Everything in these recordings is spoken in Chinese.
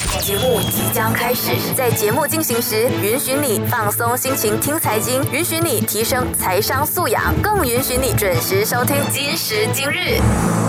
节目即将开始，在节目进行时，允许你放松心情听财经，允许你提升财商素养，更允许你准时收听今时今日。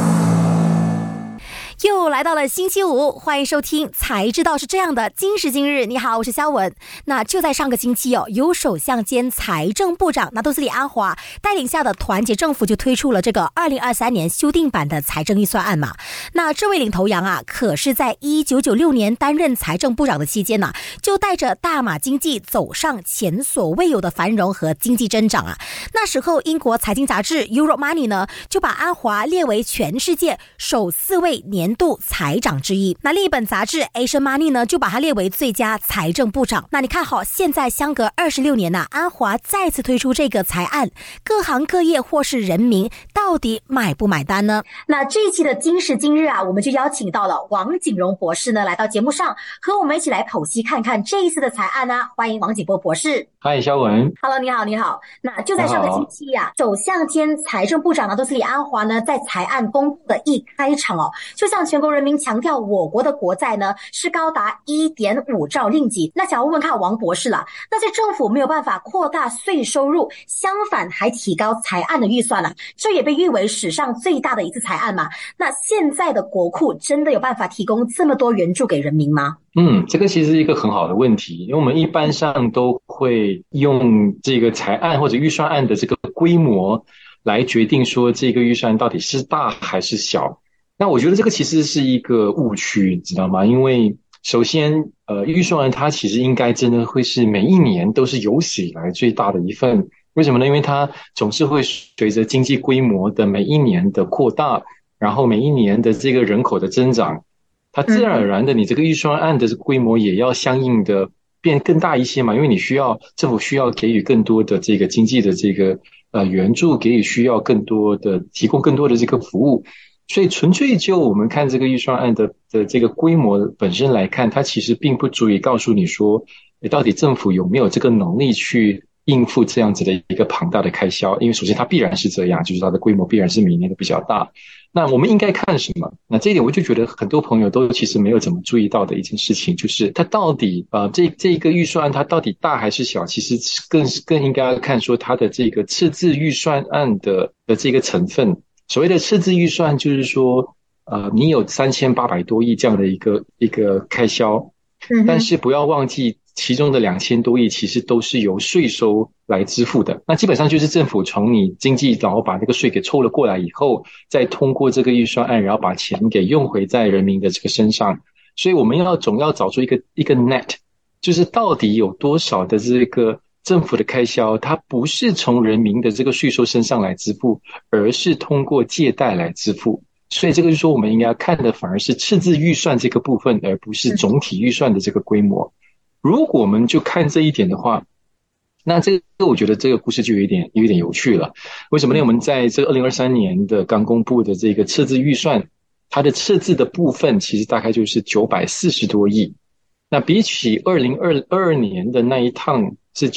又来到了星期五，欢迎收听才知道是这样的今时今日。你好，我是肖文。那就在上个星期由首相兼财政部长纳杜斯里安华带领下的团结政府就推出了这个2023年修订版的财政预算案嘛。那这位领头羊可是在1996年担任财政部长的期间就带着大马经济走上前所未有的繁荣和经济增长那时候英国财经杂志 Europe Money 呢就把安华列为全世界首4位年度财长之一。那另一本杂志 Asian Money 呢就把他列为最佳财政部长。那你看好现在相隔26年安华再次推出这个财案，各行各业或是人民到底买不买单呢？那这一期的今时今日我们就邀请到了王景荣博士呢来到节目上，和我们一起来剖析看看这一次的财案欢迎王景波博士。 嗨，肖文。 Hello， 你好，你好。那就在上个星期首相兼财政部长纳杜斯里安华呢，在财案公布的一开场就向全国人民强调，我国的国债呢是高达 1.5 兆令吉。那想问问看王博士了，那在政府没有办法扩大税收入，相反还提高财案的预算这也被誉为史上最大的一次财案嘛。那现在的国库真的有办法提供这么多援助给人民吗？ 这个其实是一个很好的问题，因为我们一般上都会用这个财案或者预算案的这个规模来决定说这个预算到底是大还是小。那我觉得这个其实是一个误区，你知道吗？因为首先预算案它其实应该真的会是每一年都是有史以来最大的一份。为什么呢？因为它总是会随着经济规模的每一年的扩大，然后每一年的这个人口的增长，它自然而然的你这个预算案的这个规模也要相应的变更大一些嘛，因为你政府需要给予更多的这个经济的这个援助，需要更多的提供更多的这个服务。所以纯粹就我们看这个预算案的这个规模本身来看，它其实并不足以告诉你说到底政府有没有这个能力去应付这样子的一个庞大的开销。因为首先它必然是这样，就是它的规模必然是每年都比较大。那我们应该看什么？那这一点我就觉得很多朋友都其实没有怎么注意到的一件事情，就是它到底这个预算案它到底大还是小，其实更应该要看说它的这个赤字预算案的这个成分。所谓的赤字预算就是说你有3800多亿这样的一个开销，但是不要忘记其中的2000多亿其实都是由税收来支付的。那基本上就是政府从你经济然后把那个税给抽了过来以后，再通过这个预算案然后把钱给用回在人民的这个身上。所以我们总要找出一个 net， 就是到底有多少的这个政府的开销它不是从人民的这个税收身上来支付，而是通过借贷来支付。所以这个就是说我们应该看的反而是赤字预算这个部分，而不是总体预算的这个规模。如果我们就看这一点的话，那这个我觉得这个故事就有一点有趣了。为什么呢？我们在这个2023年的刚公布的这个赤字预算，它的赤字的部分其实大概就是940多亿。那比起2022年的那一趟是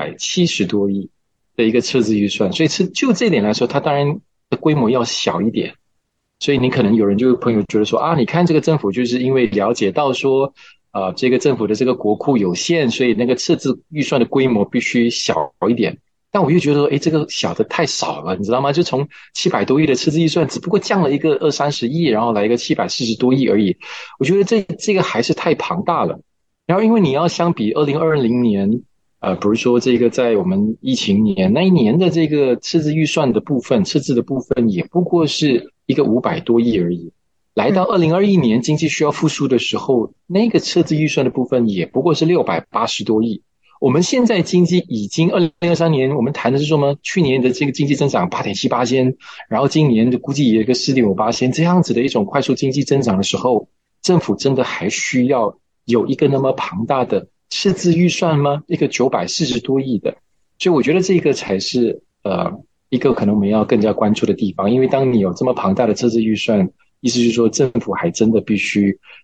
970多亿的一个赤字预算，所以就这点来说，它当然的规模要小一点。所以你可能有人朋友觉得说你看这个政府就是因为了解到说这个政府的这个国库有限，所以那个赤字预算的规模必须小一点。但我又觉得说这个小的太少了，你知道吗？就从700多亿的赤字预算只不过降了一个20-30亿，然后来一个740多亿而已。我觉得这个还是太庞大了。然后因为你要相比2020年比如说这个在我们疫情年那一年的这个赤字预算的部分，赤字的部分也不过是一个500多亿而已。来到2021年经济需要复苏的时候，那个赤字预算的部分也不过是680多亿。我们现在经济已经2023年我们谈的是说吗？去年的这个经济增长 8.78%， 然后今年的估计也有一个 4.58%， 这样子的一种快速经济增长的时候，政府真的还需要有一个那么庞大的赤字预算吗？一个940多亿的。所以我觉得这个才是一个可能我们要更加关注的地方。因为当你有这么庞大的赤字预算，意思就是说政府还真的必须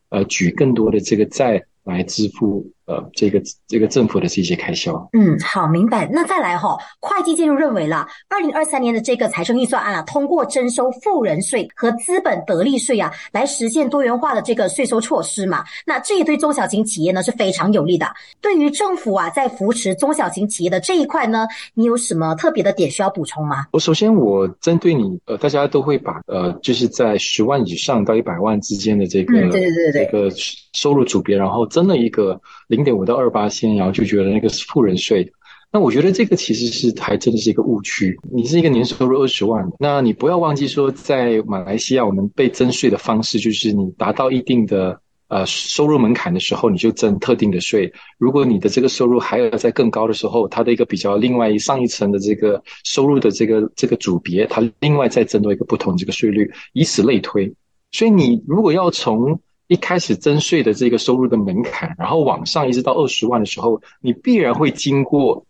举更多的这个债来支付这个政府的这些开销。 好，明白。那再来会计界就认为了2023年的这个财政预算案通过征收富人税和资本得利税来实现多元化的这个税收措施嘛。那这也对中小型企业呢是非常有利的。对于政府在扶持中小型企业的这一块呢，你有什么特别的点需要补充吗？ 首先我针对你大家都会把就是在10万以上到100万之间的这个这个收入组别，然后增了一个0.5到2%，然后就觉得那个是富人税。那我觉得这个其实还真的是一个误区。你是一个年收入20万，那你不要忘记说，在马来西亚我们被征税的方式就是你达到一定的收入门槛的时候，你就征特定的税。如果你的这个收入还要在更高的时候，它的一个比较另外上一层的这个收入的这个组别，它另外再征多一个不同的这个税率，以此类推。所以你如果要从一开始征税的这个收入的门槛，然后往上一直到20万的时候，你必然会经过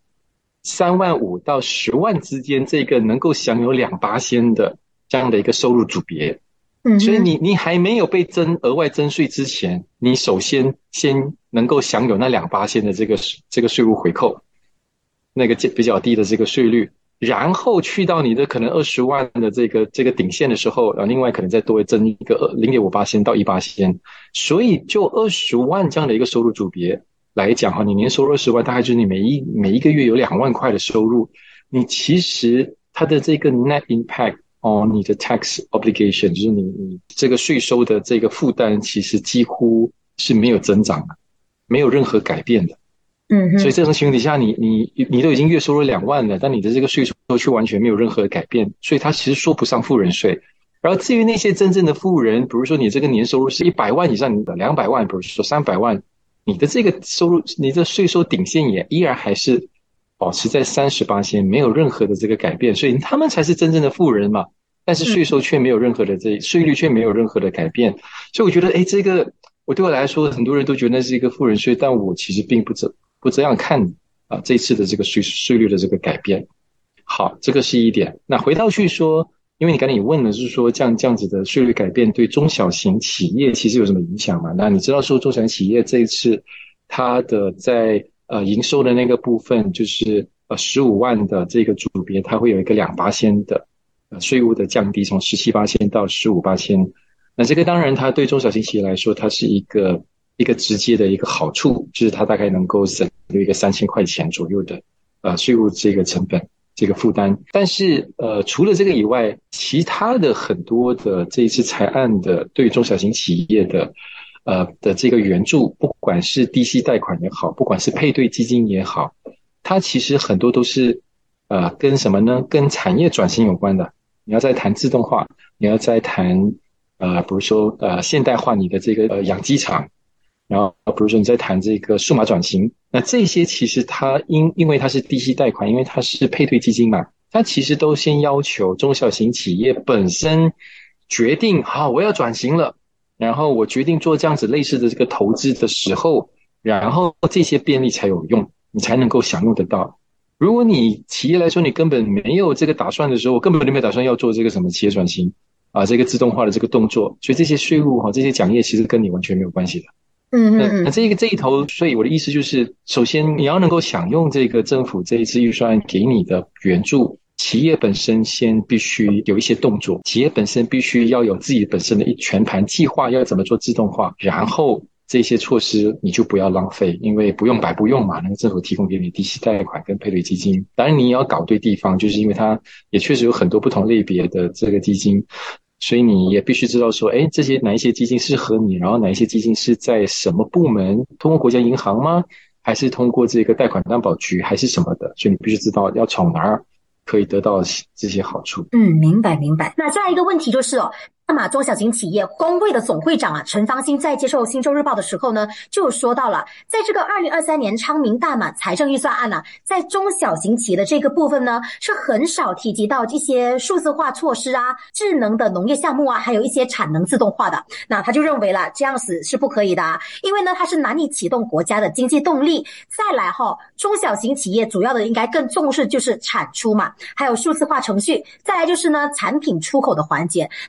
3万5到10万之间这个能够享有2%的这样的一个收入组别。所以你还没有被额外征税之前，你首先能够享有那2%的这个税务回扣，那个比较低的这个税率，然后去到你的可能20万的这个顶线的时候，另外可能再多征一个0.5%到1%。所以就20万这样的一个收入组别来讲你年收入20万，大概就是你每一个月有2万块的收入，你其实它的这个 net impact你的 tax obligation 就是你这个税收的这个负担，其实几乎是没有增长的，没有任何改变的。所以这种情况底下，你都已经月收入2万了，但你的这个税收却完全没有任何改变，所以它其实说不上富人税。然后至于那些真正的富人，比如说你这个年收入是100万以上，你的200万，比如说300万，你的这个收入，你的税收顶线也依然还是保持在30%，没有任何的这个改变，所以他们才是真正的富人嘛。但是税收却没有任何的税率却没有任何的改变，所以我觉得这个对我来说，很多人都觉得那是一个富人税，但我其实并不这样看这次的这个税率的这个改变。好，这个是一点。那回到去说，因为你刚才也问了，是说这样子的税率改变对中小型企业其实有什么影响嘛？那你知道说中小型企业这一次它的在营收的那个部分，就是15万的这个组别，它会有一个2%的税务的降低，从17%到15%。那这个当然它对中小型企业来说，它是一个直接的一个好处，就是它大概能够省有一个3000块钱左右的税务这个成本这个负担。但是除了这个以外，其他的很多的这一次财案的对中小型企业的这个援助，不管是低息贷款也好，不管是配对基金也好，它其实很多都是跟什么呢？跟产业转型有关的。你要再谈自动化，你要再谈比如说现代化你的这个养鸡场，然后比如说你在谈这个数码转型，那这些其实它因为它是低息贷款，因为它是配对基金嘛，它其实都先要求中小型企业本身决定好我要转型了，然后我决定做这样子类似的这个投资的时候，然后这些便利才有用，你才能够享用得到。如果你企业来说你根本没有这个打算的时候，我根本就没有打算要做这个什么企业转型这个自动化的这个动作，所以这些税务这些奖业其实跟你完全没有关系的。那这一头，所以我的意思就是，首先你要能够享用这个政府这一次预算案给你的援助，企业本身先必须有一些动作，企业本身必须要有自己本身的一全盘计划，要怎么做自动化，然后这些措施你就不要浪费，因为不用白不用嘛，那个政府提供给你低息贷款跟配对基金，当然你也要搞对地方，就是因为它也确实有很多不同类别的这个基金，所以你也必须知道说这些哪一些基金适合你，然后哪一些基金是在什么部门，通过国家银行吗？还是通过这个贷款担保局还是什么的，所以你必须知道要从哪儿可以得到这些好处。 明白。那下一个问题就是大马中小型企业工会的总会长陈方兴在接受新洲日报的时候呢，就有说到了，在这个2023年昌明大马财政预算案在中小型企业的这个部分呢，是很少提及到一些数字化措施智能的农业项目还有一些产能自动化的。那他就认为了这样子是不可以的因为呢它是难以启动国家的经济动力。再来中小型企业主要的应该更重视就是产出嘛，还有数字化程序，再来就是呢产品出口的环节。那对于他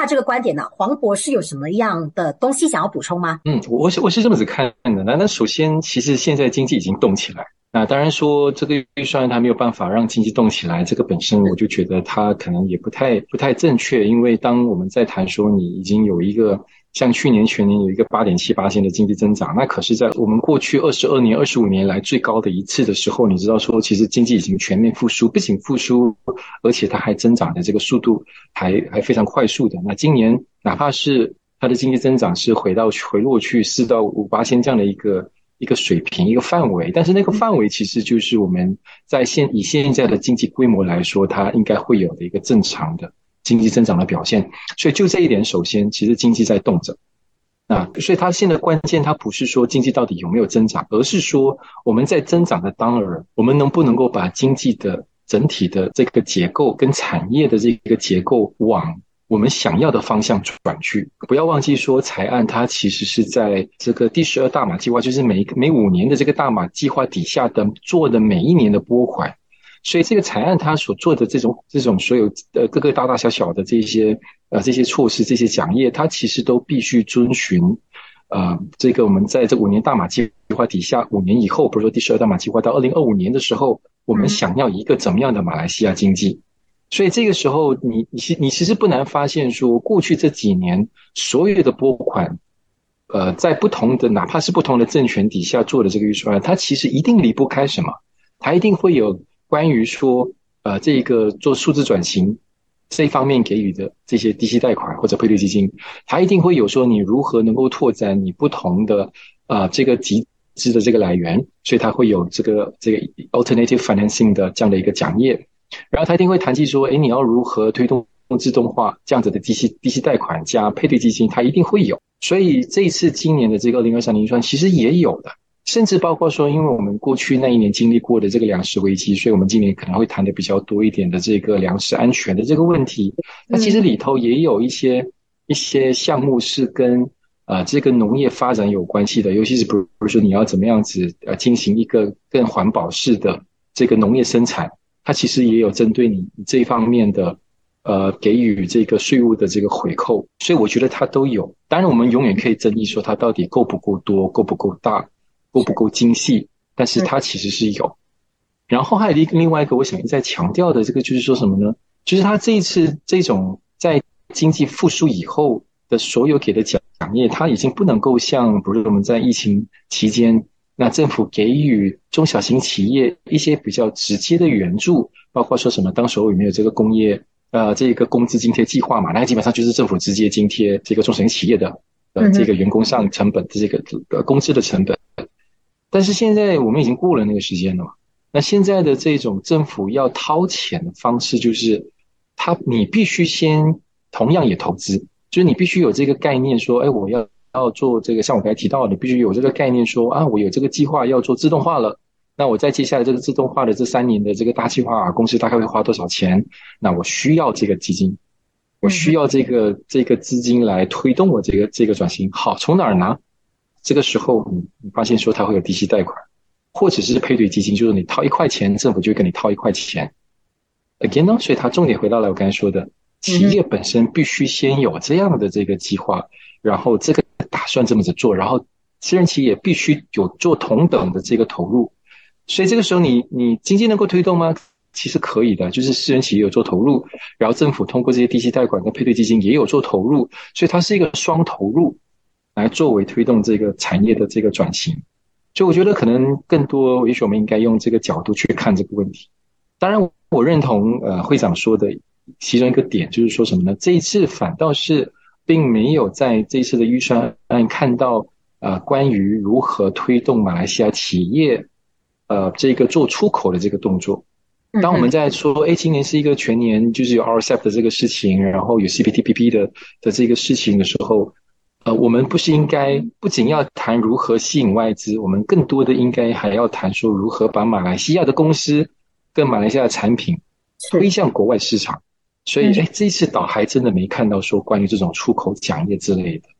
他这个观点呢，黄博士有什么样的东西想要补充吗？ 我是这么子看的。那首先，其实现在经济已经动起来。那当然说这个预算它没有办法让经济动起来，这个本身我就觉得它可能也不太正确。因为当我们在谈说你已经有一个像去年全年有一个 8.7% 的经济增长，那可是在我们过去22年25年来最高的一次的时候，你知道说其实经济已经全面复苏，不仅复苏，而且它还增长的这个速度还非常快速的。那今年哪怕是它的经济增长是回落去4到5%这样的一个水平一个范围，但是那个范围其实就是我们以现在的经济规模来说，它应该会有的一个正常的经济增长的表现。所以就这一点，首先其实经济在动着。所以它现在关键它不是说经济到底有没有增长，而是说我们在增长的当儿，我们能不能够把经济的整体的这个结构跟产业的这个结构往我们想要的方向转去。不要忘记说财案它其实是在这个第12大马计划，就是每5年的这个大马计划底下的做的每一年的拨款。所以这个财案它所做的这种所有各个大大小小的这些措施，这些奖业，它其实都必须遵循这个我们在这5年大马计划底下5年以后，比如说第12大马计划到2025年的时候，我们想要一个怎么样的马来西亚经济。所以这个时候你其实不难发现说，过去这几年所有的拨款在不同的哪怕是不同的政权底下做的这个预算案，它其实一定离不开什么，它一定会有关于说这个做数字转型这一方面给予的这些低息贷款或者配对基金，它一定会有说你如何能够拓展你不同的这个集资的这个来源，所以它会有这个 alternative financing 的这样的一个奖业。然后他一定会谈及说，你要如何推动自动化这样子的低息贷款加配对基金，它一定会有。所以这一次今年的这个2023年预算其实也有的，甚至包括说，因为我们过去那一年经历过的这个粮食危机，所以我们今年可能会谈的比较多一点的这个粮食安全的这个问题。那其实里头也有一些项目是跟这个农业发展有关系的，尤其是比如说你要怎么样子进行一个更环保式的这个农业生产。它其实也有针对你这一方面的给予这个税务的这个回扣，所以我觉得它都有。当然我们永远可以争议说它到底够不够多，够不够大，够不够精细，但是它其实是有。然后还有另外一个我想再强调的这个就是说什么呢，就是它这一次这种在经济复苏以后的所有给的奖业，它已经不能够像比如说我们在疫情期间那政府给予中小型企业一些比较直接的援助，包括说什么当时有没有这个工业这个工资津贴计划嘛，那基本上就是政府直接津贴这个中小型企业的这个员工上成本的这个工资的成本。但是现在我们已经过了那个时间了嘛，那现在的这种政府要掏钱的方式就是你必须先同样也投资，就是你必须有这个概念说我要做这个，像我刚才提到的，你必须有这个概念说我有这个计划要做自动化了，那我在接下来这个自动化的这3年的这个大计划公司大概会花多少钱，那我需要这个基金，我需要这个资金来推动我这个转型。好，从哪儿拿？这个时候你发现说它会有低息贷款，或者是配对基金，就是你掏1块钱，政府就会跟你掏1块钱。Again 呢，所以它重点回到了我刚才说的，企业本身必须先有这样的这个计划，然后这个打算这么子做，然后私人企业必须有做同等的这个投入。所以这个时候你经济能够推动吗？其实可以的，就是私人企业有做投入，然后政府通过这些低息贷款跟配对基金也有做投入，所以它是一个双投入来作为推动这个产业的这个转型。所以我觉得可能更多也许我们应该用这个角度去看这个问题。当然我认同会长说的其中一个点，就是说什么呢，这一次反倒是并没有在这一次的预算案看到关于如何推动马来西亚企业这个做出口的这个动作。当我们在说今年是一个全年就是有 RCEP 的这个事情，然后有 CPTPP 的这个事情的时候，我们不仅要谈如何吸引外资，我们更多的应该还要谈说如何把马来西亚的公司跟马来西亚的产品推向国外市场。所以这一次倒还真的没看到说关于这种出口奖业之类的。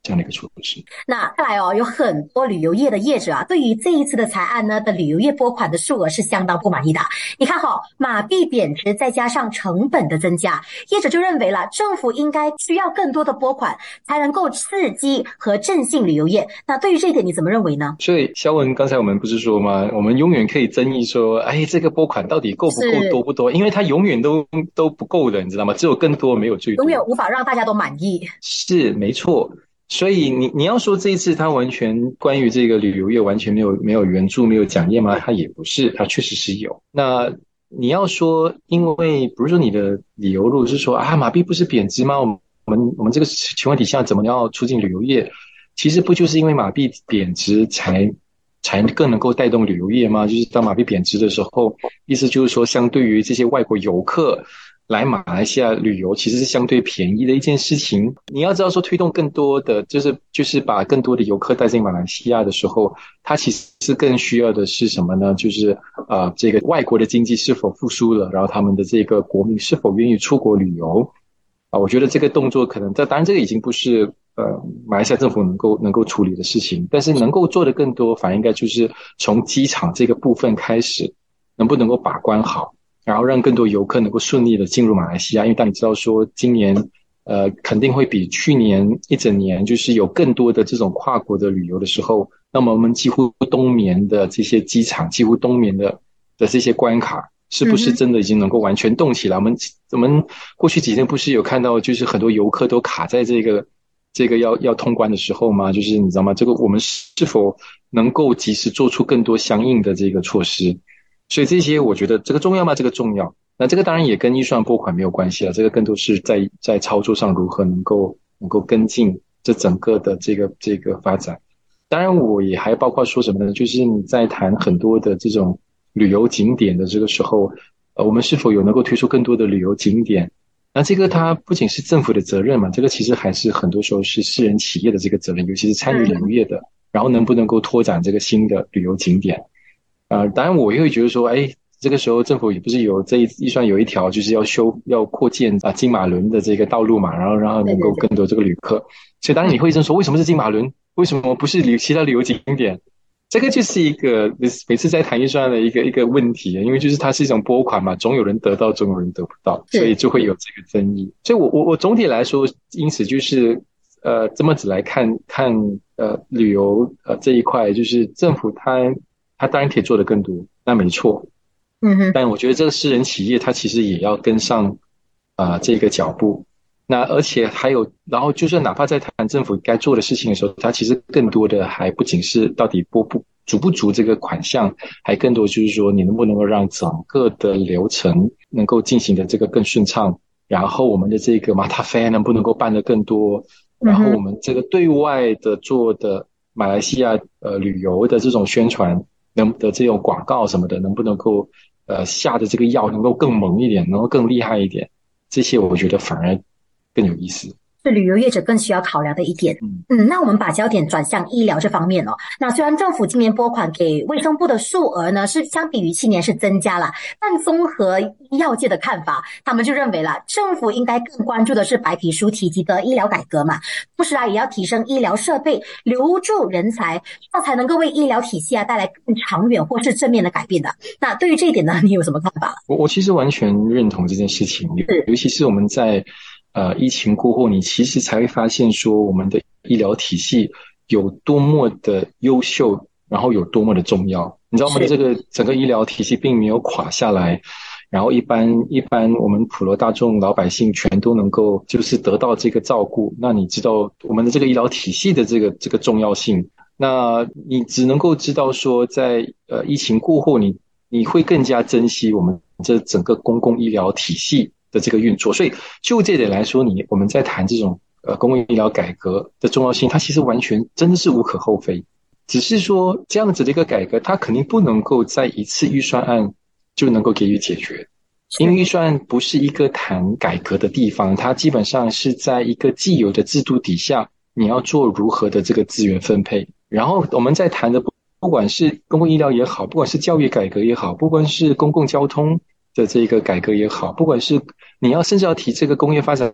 这样的一个措施。 那看来有很多旅游业的业者对于这一次的财案呢的旅游业拨款的数额是相当不满意的。你看马币贬值再加上成本的增加，业者就认为了政府应该需要更多的拨款才能够刺激和振兴旅游业。那对于这一点你怎么认为呢？ 所以肖文刚才我们不是说吗，我们永远可以争议说这个拨款到底够不够多不多，因为它永远都不够的，你知道吗？只有更多没有最多， 永远无法让大家都满意。 是没错。所以你要说这一次它完全关于这个旅游业完全没有援助没有奖励吗？它也不是，它确实是有。那你要说因为比如说你的理由如果是说马币不是贬值吗？我们这个情况底下怎么要促进旅游业？其实不就是因为马币贬值才更能够带动旅游业吗？就是当马币贬值的时候，意思就是说相对于这些外国游客来马来西亚旅游其实是相对便宜的一件事情。你要知道说推动更多的就是把更多的游客带进马来西亚的时候，它其实更需要的是什么呢？就是这个外国的经济是否复苏了，然后他们的这个国民是否愿意出国旅游我觉得这个动作可能当然这个已经不是马来西亚政府能够处理的事情，但是能够做的更多反而应该就是从机场这个部分开始，能不能够把关好，然后让更多游客能够顺利的进入马来西亚。因为当你知道说今年肯定会比去年一整年就是有更多的这种跨国的旅游的时候，那么我们几乎冬眠的这些机场，几乎冬眠的这些关卡是不是真的已经能够完全动起来？我们过去几天不是有看到就是很多游客都卡在这个要通关的时候吗？就是你知道吗？这个我们是否能够及时做出更多相应的这个措施？所以这些我觉得这个重要吗？这个重要。那这个当然也跟预算拨款没有关系了，这个更多是在操作上如何能够跟进这整个的这个发展。当然我也还包括说什么呢？就是你在谈很多的这种旅游景点的这个时候我们是否有能够推出更多的旅游景点？那这个它不仅是政府的责任嘛，这个其实还是很多时候是私人企业的这个责任，尤其是参与旅游业的，然后能不能够拓展这个新的旅游景点当然我也会觉得说这个时候政府也不是有这预算有一条就是要扩建金马伦的这个道路嘛，然后让它能够更多这个旅客。所以当然你会说为什么是金马伦？为什么不是其他旅游景点？这个就是一个每次在谈预算的一个问题，因为就是它是一种拨款嘛，总有人得到，总有人得不到，所以就会有这个争议。所以我总体来说，因此就是这么子来看旅游这一块，就是政府它当然可以做得更多，那没错。但我觉得这个私人企业它其实也要跟上这个脚步。那而且还有，然后就是哪怕在谈政府该做的事情的时候，它其实更多的还不仅是到底足不足这个款项，还更多就是说你能不能够让整个的流程能够进行的这个更顺畅，然后我们的这个马塔菲能不能够办得更多，然后我们这个对外的做的马来西亚旅游的这种宣传的这种广告什么的，能不能够下的这个药能够更猛一点，能够更厉害一点，这些我觉得反而更有意思， 是旅游业者更需要考量的一点。那我们把焦点转向医疗这方面那虽然政府今年拨款给卫生部的数额呢是相比于去年是增加了，但综合医药界的看法，他们就认为了政府应该更关注的是白皮书提及的医疗改革嘛，同时也要提升医疗设备，留住人才，这才能够为医疗体系带来更长远或是正面的改变的。那对于这一点呢，你有什么看法？ 我其实完全认同这件事情，尤其是我们在疫情过后，你其实才会发现说我们的医疗体系有多么的优秀，然后有多么的重要。你知道吗？这个整个医疗体系并没有垮下来，然后一般我们普罗大众老百姓全都能够就是得到这个照顾。那你知道我们的这个医疗体系的这个重要性，那你只能够知道说在疫情过后你会更加珍惜我们这整个公共医疗体系的这个运作。所以就这点来说，我们在谈这种公共医疗改革的重要性，它其实完全真的是无可厚非。只是说这样子的一个改革，它肯定不能够在一次预算案就能够给予解决，因为预算案不是一个谈改革的地方，它基本上是在一个既有的制度底下，你要做如何的这个资源分配。然后我们在谈的不管是公共医疗也好，不管是教育改革也好，不管是公共交通的这个改革也好，不管是你甚至要提这个工业发展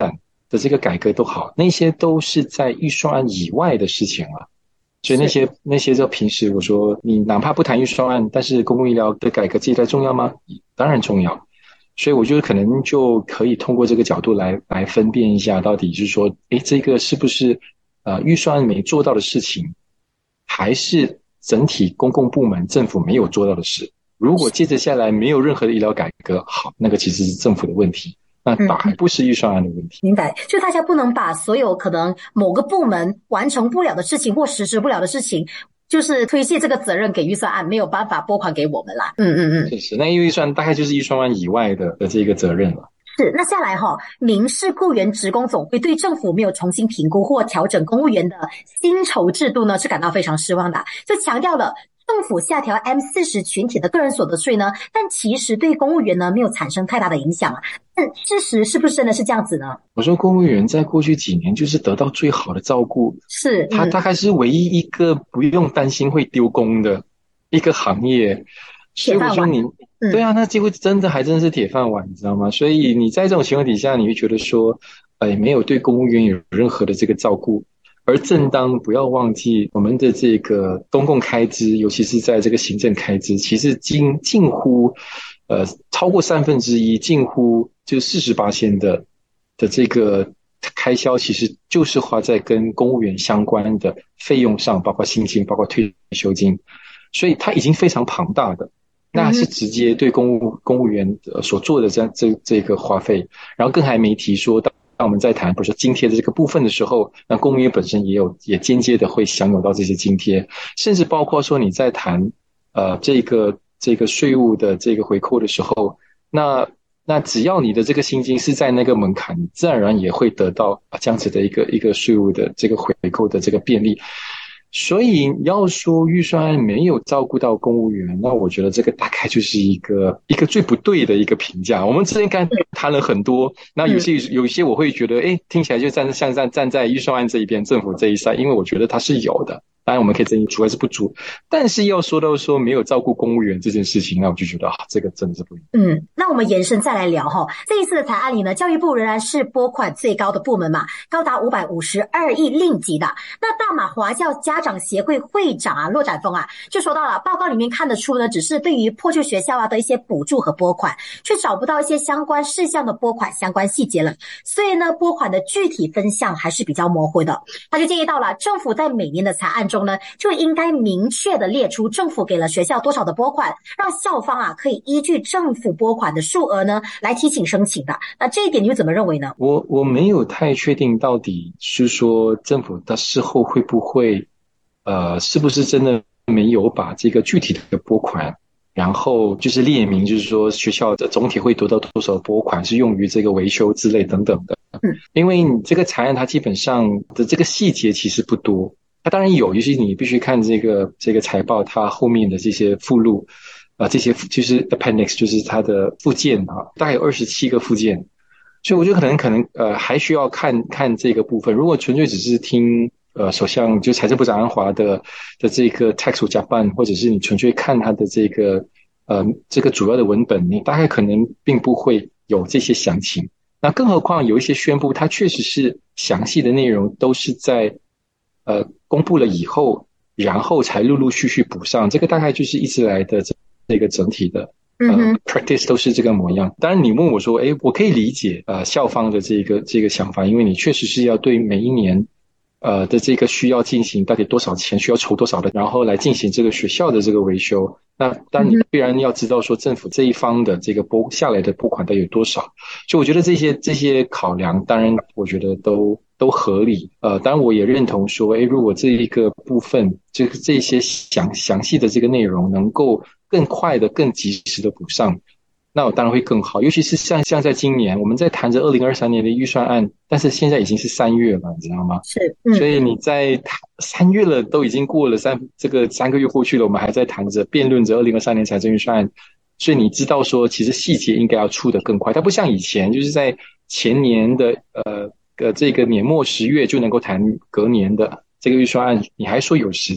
的这个改革都好，那些都是在预算案以外的事情了。所以那些就平时我说你哪怕不谈预算案，但是公共医疗的改革这一块重要吗？当然重要。所以我觉得可能就可以通过这个角度来分辨一下，到底是说，这个是不是预算案没做到的事情，还是整体公共部门政府没有做到的事？如果接着下来没有任何的医疗改革，好，那个其实是政府的问题，那还不是预算案的问题。 明白，就大家不能把所有可能某个部门完成不了的事情或实施不了的事情，就是推卸这个责任给预算案，没有办法拨款给我们啦。 是，那预算大概就是预算案以外的这个责任了。 是，那下来民事雇员职工总会对政府没有重新评估或调整公务员的薪酬制度呢，是感到非常失望的，就强调了政府下调 M40群体的个人所得税呢，但其实对公务员呢没有产生太大的影响啊。但事实是不是真的是这样子呢？ 我说公务员在过去几年就是得到最好的照顾， 是， 他大概是唯一一个不用担心会丢工的一个行业。所以我说你，对啊，那几乎真的是铁饭碗，你知道吗？所以你在这种情况底下，你会觉得说，没有对公务员有任何的这个照顾。而正当不要忘记我们的这个公共开支，尤其是在这个行政开支，其实近乎超过1/3，近乎就40%的这个开销，其实就是花在跟公务员相关的费用上，包括薪金，包括退休金，所以它已经非常庞大的。那是直接对公务员所做的这个花费，然后更还没提说当我们在谈比如说津贴的这个部分的时候，那公务员本身也间接的会享有到这些津贴，甚至包括说你在谈这个税务的这个回扣的时候，那只要你的这个薪金是在那个门槛，你自然而然也会得到这样子的一个税务的这个回扣的这个便利。所以要说预算案没有照顾到公务员，那我觉得这个大概就是一个最不对的一个评价。我们之前刚谈了很多，那有些我会觉得，听起来就站在预算案这一边，政府这一赛，因为我觉得它是有的。当然我们可以争议足还是不足，但是要说到说没有照顾公务员这件事情，那我就觉得这个真的是不一样。 那我们延伸再来聊这一次的财案里呢，教育部仍然是拨款最高的部门嘛，高达552亿令吉的。那大马华教家长协会会长骆展峰就说到了，报告里面看得出呢，只是对于破旧学校的一些补助和拨款，却找不到一些相关事项的拨款相关细节了，所以呢，拨款的具体分项还是比较模糊的。他就建议到了政府在每年的财案中呢，就应该明确的列出政府给了学校多少的拨款，让校方可以依据政府拨款的数额呢来提请申请的。那这一点你又怎么认为呢？ 我没有太确定到底是说政府到事后会不会是不是真的没有把这个具体的拨款，然后就是列明，就是说学校的总体会得到多少拨款是用于这个维修之类等等的。因为你这个财案它基本上的这个细节其实不多，它当然有，尤其你必须看这个财报，它后面的这些附录这些就是 appendix， 就是它的附件大概有27个附件，所以我觉得可能还需要看这个部分。如果纯粹只是听首相就财政部长安华的这个 text 加办，或者是你纯粹看他的这个主要的文本，你大概可能并不会有这些详情。那更何况有一些宣布，它确实是详细的内容都是在公布了以后，然后才陆陆续续补上。这个大概就是一直来的这个整体的practice 都是这个模样。当然你问我说，我可以理解校方的这个想法，因为你确实是要对每一年的这个需要进行到底多少钱，需要筹多少的，然后来进行这个学校的这个维修。那当然你必然要知道说政府这一方的这个拨下来的拨款到底有多少。所以我觉得这些考量，当然我觉得都合理。当然我也认同说，如果这一个部分这些详细的这个内容能够更快的、更及时的补上，那我当然会更好。尤其是像在今年，我们在谈着2023年的预算案，但是现在已经是3月了，你知道吗？ 是， 所以你在3月了，都已经过了3个月过去了，我们还在谈着辩论着2023年财政预算案。所以你知道说，其实细节应该要出得更快，它不像以前，就是在前年的这个年末10月就能够谈隔年的这个预算案，你还说有时间。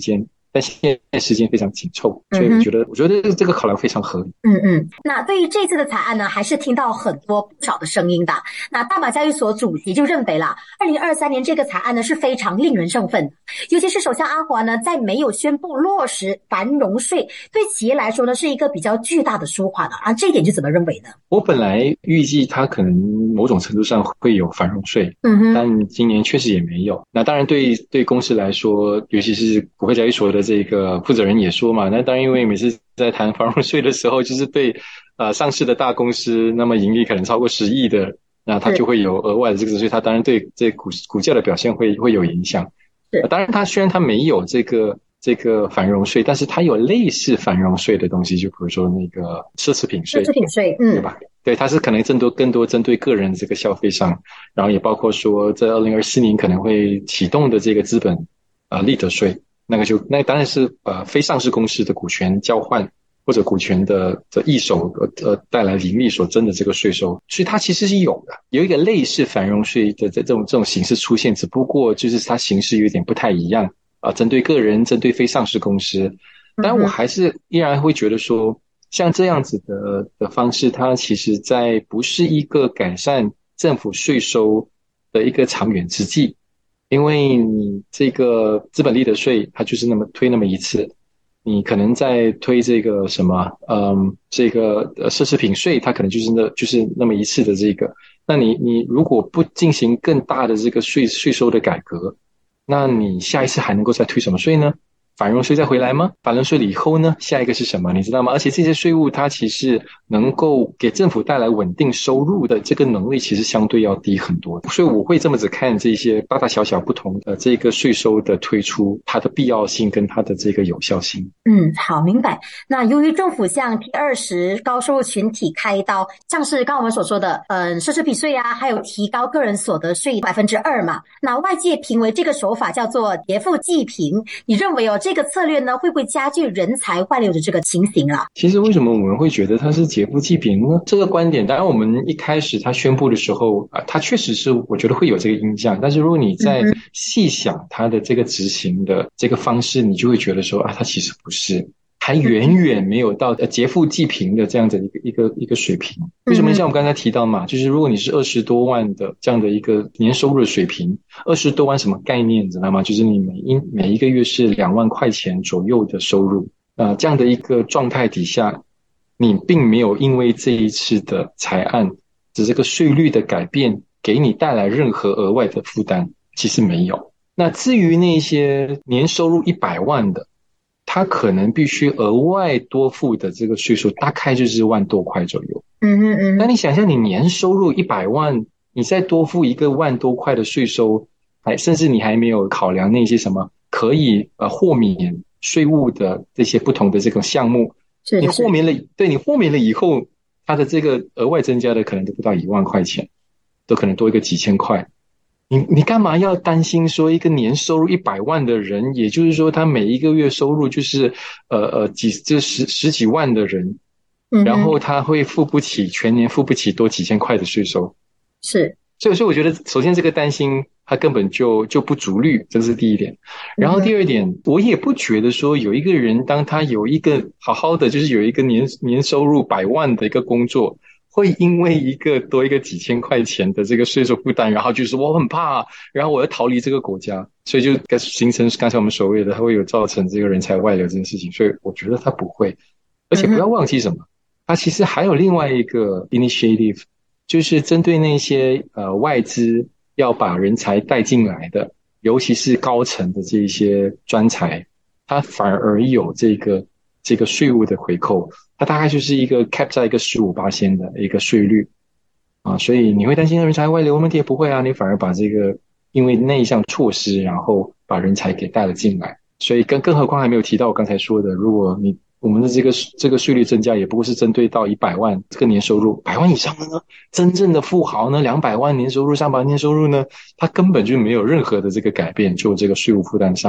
但现在时间非常紧凑，所以我觉得这个考量非常合理。 那对于这次的草案呢，还是听到很多不少的声音的。那大马交易所主席就认为了，2023年这个草案呢是非常令人振奋，尤其是首相安华呢，在没有宣布落实繁荣税，对企业来说呢是一个比较巨大的舒缓了啊，这一点就怎么认为呢？ 我本来预计它可能某种程度上会有繁荣税，但今年确实也没有。那当然对公司来说，尤其是股票交易所的这个负责人也说嘛，那当然因为每次在谈繁荣税的时候，就是对上市的大公司，那么盈利可能超过10亿的，那它就会有额外的这个税，它当然对这股价的表现会有影响。当然它虽然它没有这个繁荣税，但是它有类似繁荣税的东西，就比如说那个奢侈品税，对吧？对，它是可能更多针对个人这个消费上，然后也包括说在2024年可能会启动的这个资本利得税，那当然是非上市公司的股权交换或者股权的易手带来盈利所征的这个税收，所以它其实是有一个类似繁荣税的这种形式出现，只不过就是它形式有点不太一样针对个人，针对非上市公司。但我还是依然会觉得说，像这样子的方式，它其实在不是一个改善政府税收的一个长远之计，因为你这个资本利得税它就是推那么一次，你可能在推这个什么这个奢侈品税，它可能就是那么一次的这个，那你如果不进行更大的这个税收的改革，那你下一次还能够再推什么税呢？繁荣税再回来吗？繁荣税了以后呢，下一个是什么？你知道吗？而且这些税务它其实能够给政府带来稳定收入的这个能力其实相对要低很多，所以我会这么子看这些大大小小不同的这个税收的推出，它的必要性跟它的这个有效性。 好，明白。那由于政府向T20高收入群体开刀，像是刚刚我们所说的奢侈品税啊，还有提高个人所得税2%嘛，那外界评为这个手法叫做劫富济贫，你认为这个策略呢会不会加剧人才外流的这个情形啊？ 其实为什么我们会觉得它是劫富济贫呢？这个观点当然我们一开始它宣布的时候它确实是我觉得会有这个印象，但是如果你在细想它的这个执行的这个方式，你就会觉得说它其实不是，还远远没有到劫富济贫的这样的一个水平。为什么？像我们刚才提到嘛，就是如果你是20多万的这样的一个年收入的水平，20多万什么概念你知道吗？就是你每一个月是2万块钱左右的收入这样的一个状态底下，你并没有因为这一次的财案的这个税率的改变给你带来任何额外的负担，其实没有。那至于那些年收入100万的，他可能必须额外多付的这个税收大概就是1万多块左右。那你想象你年收入100万，你再多付1万多块的税收，甚至你还没有考量那些什么可以豁免税务的这些不同的这种项目，你豁免了，对，你豁免了以后，它的这个额外增加的可能都不到1万块钱，都可能多一个几千块。你干嘛要担心说一个年收入100万的人，也就是说他每一个月收入就是十几万的人，然后他会全年付不起多几千块的税收？ 是， 所以我觉得首先这个担心他根本就不足虑，这是第一点。然后第二点，我也不觉得说有一个人当他有一个好好的就是有一个年收入100万的一个工作，会因为多一个几千块钱的这个税收负担，然后就是我很怕，然后我要逃离这个国家，所以就形成刚才我们所谓的它会有造成这个人才外流这件事情。所以我觉得它不会，而且不要忘记什么，它其实还有另外一个 initiative， 就是针对那些外资要把人才带进来的，尤其是高层的这一些专才，它反而有这个税务的回扣，它大概就是一个 cap 在一个 15% 的一个税率所以你会担心人才外流问题？也不会你反而把这个因为那一项措施，然后把人才给带了进来。所以更何况还没有提到我刚才说的，如果我们的这个税率增加也不过是针对到100万这个年收入，100万以上的呢，真正的富豪呢，200万年收入、300万年收入呢，他根本就没有任何的这个改变，就这个税务负担上。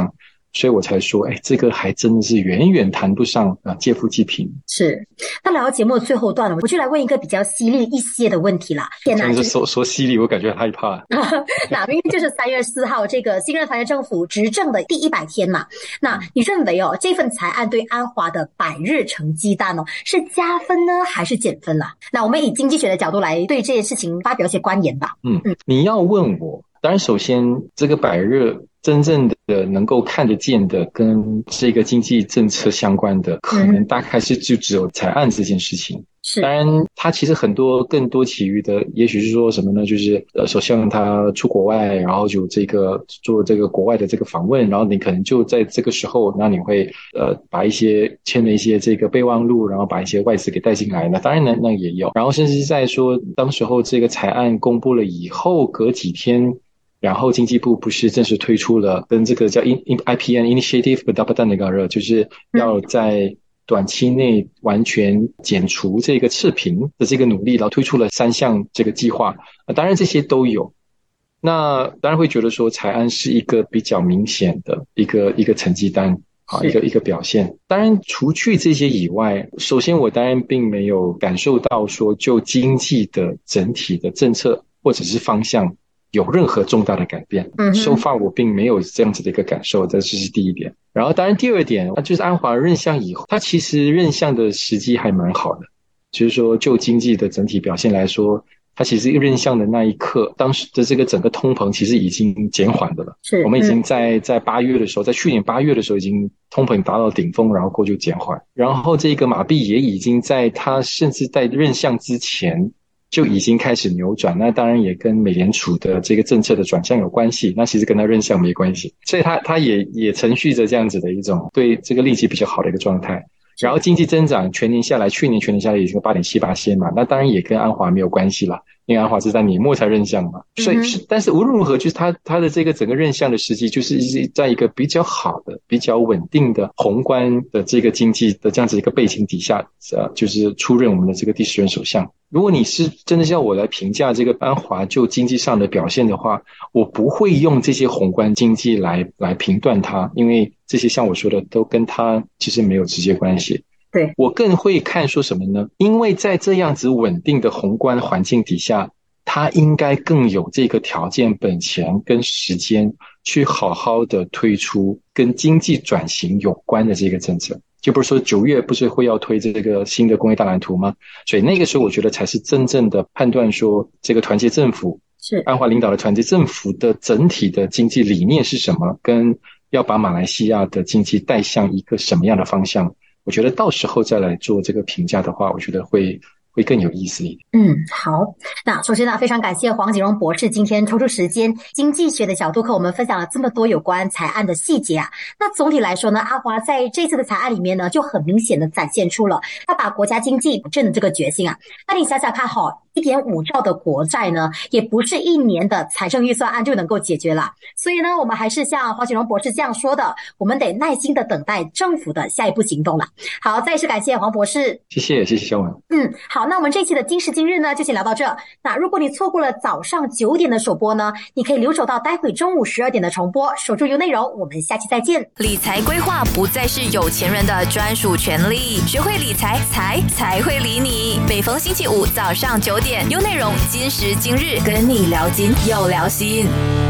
所以我才说，这个还真的是远远谈不上劫富济贫。 是。那来到节目的最后段了，我就来问一个比较犀利一些的问题啦。天哪， 真是说犀利，我感觉害怕。 那明明就是3月4号这个新任团结政府执政的第100天嘛。那你认为这份财案对安华的百日成绩单是加分呢，还是减分啦？那我们以经济学的角度来对这件事情发表一些观言吧。 你要问我，当然首先这个百日真正的能够看得见的跟这个经济政策相关的，可能大概就只有财案这件事情。 是， 当然它其实更多其余的，也许是说什么呢，就是首先他出国外，然后就做这个国外的这个访问，然后你可能就在这个时候，那你会把签了一些这个备忘录，然后把一些外资给带进来，那当然那也有。然后甚至是在说当时候这个财案公布了以后隔几天，然后经济部不是正式推出了跟这个叫 IPN Initiative Pendapatan Negara， 就是要在短期内完全减除这个赤贫的这个努力，然后推出了3项这个计划。当然这些都有。那当然会觉得说财案是一个比较明显的一个成绩单一个表现。当然除去这些以外，首先我当然并没有感受到说就经济的整体的政策或者是方向有任何重大的改变。so far 我并没有这样子的一个感受，这是第一点。然后当然第二点，就是安华任相以后，他其实任相的时机还蛮好的，就是说就经济的整体表现来说，他其实任相的那一刻，当时的这个整个通膨其实已经减缓的了。 是， 我们已经在8月的时候，在去年8月的时候，已经通膨达到顶峰，然后过就减缓。然后这个马币也已经在他甚至在任相之前就已经开始扭转，那当然也跟美联储的这个政策的转向有关系，那其实跟他任相没关系，所以他也承续着这样子的一种对这个利息比较好的一个状态。然后经济增长去年全年下来已经 8.78% 嘛，那当然也跟安华没有关系了，因为安华是在年末才任相嘛，所以但是无论如何，就是他的这个整个任相的时机，就是在一个比较好的、比较稳定的宏观的这个经济的这样子一个背景底下，就是出任我们的这个第10任首相。如果你是真的要我来评价这个安华就经济上的表现的话，我不会用这些宏观经济来评断它，因为这些像我说的都跟它其实没有直接关系。 对， 我更会看说什么呢？因为在这样子稳定的宏观环境底下，它应该更有这个条件、本钱跟时间去好好的推出跟经济转型有关的这个政策。就不是说9月不是会要推这个新的工业大蓝图吗？所以那个时候我觉得才是真正的判断说这个团结政府是安华领导的团结政府的整体的经济理念是什么，跟要把马来西亚的经济带向一个什么样的方向。我觉得到时候再来做这个评价的话，我觉得会更有意思一点。 好。那首先呢，非常感谢黄锦荣博士今天抽出时间，经济学的角度和我们分享了这么多有关财案的细节啊。那总体来说呢，安华在这次的财案里面呢，就很明显的展现出了他把国家经济补正的这个决心啊。那你想想看1.5兆的国债呢，也不是1年的财政预算案就能够解决了。所以呢，我们还是像黄锦荣博士这样说的，我们得耐心的等待政府的下一步行动了。好，再一次感谢黄博士。 谢谢小文。 好，那我们这期的今时今日呢，就先聊到这。那如果你错过了早上9点的首播呢，你可以留守到待会中午12点的重播，守住有内容。我们下期再见。 理财规划不再是有钱人的专属权利，学会理财，才会理你。每逢星期五早上9点，有内容，今时今日跟你聊金又聊心。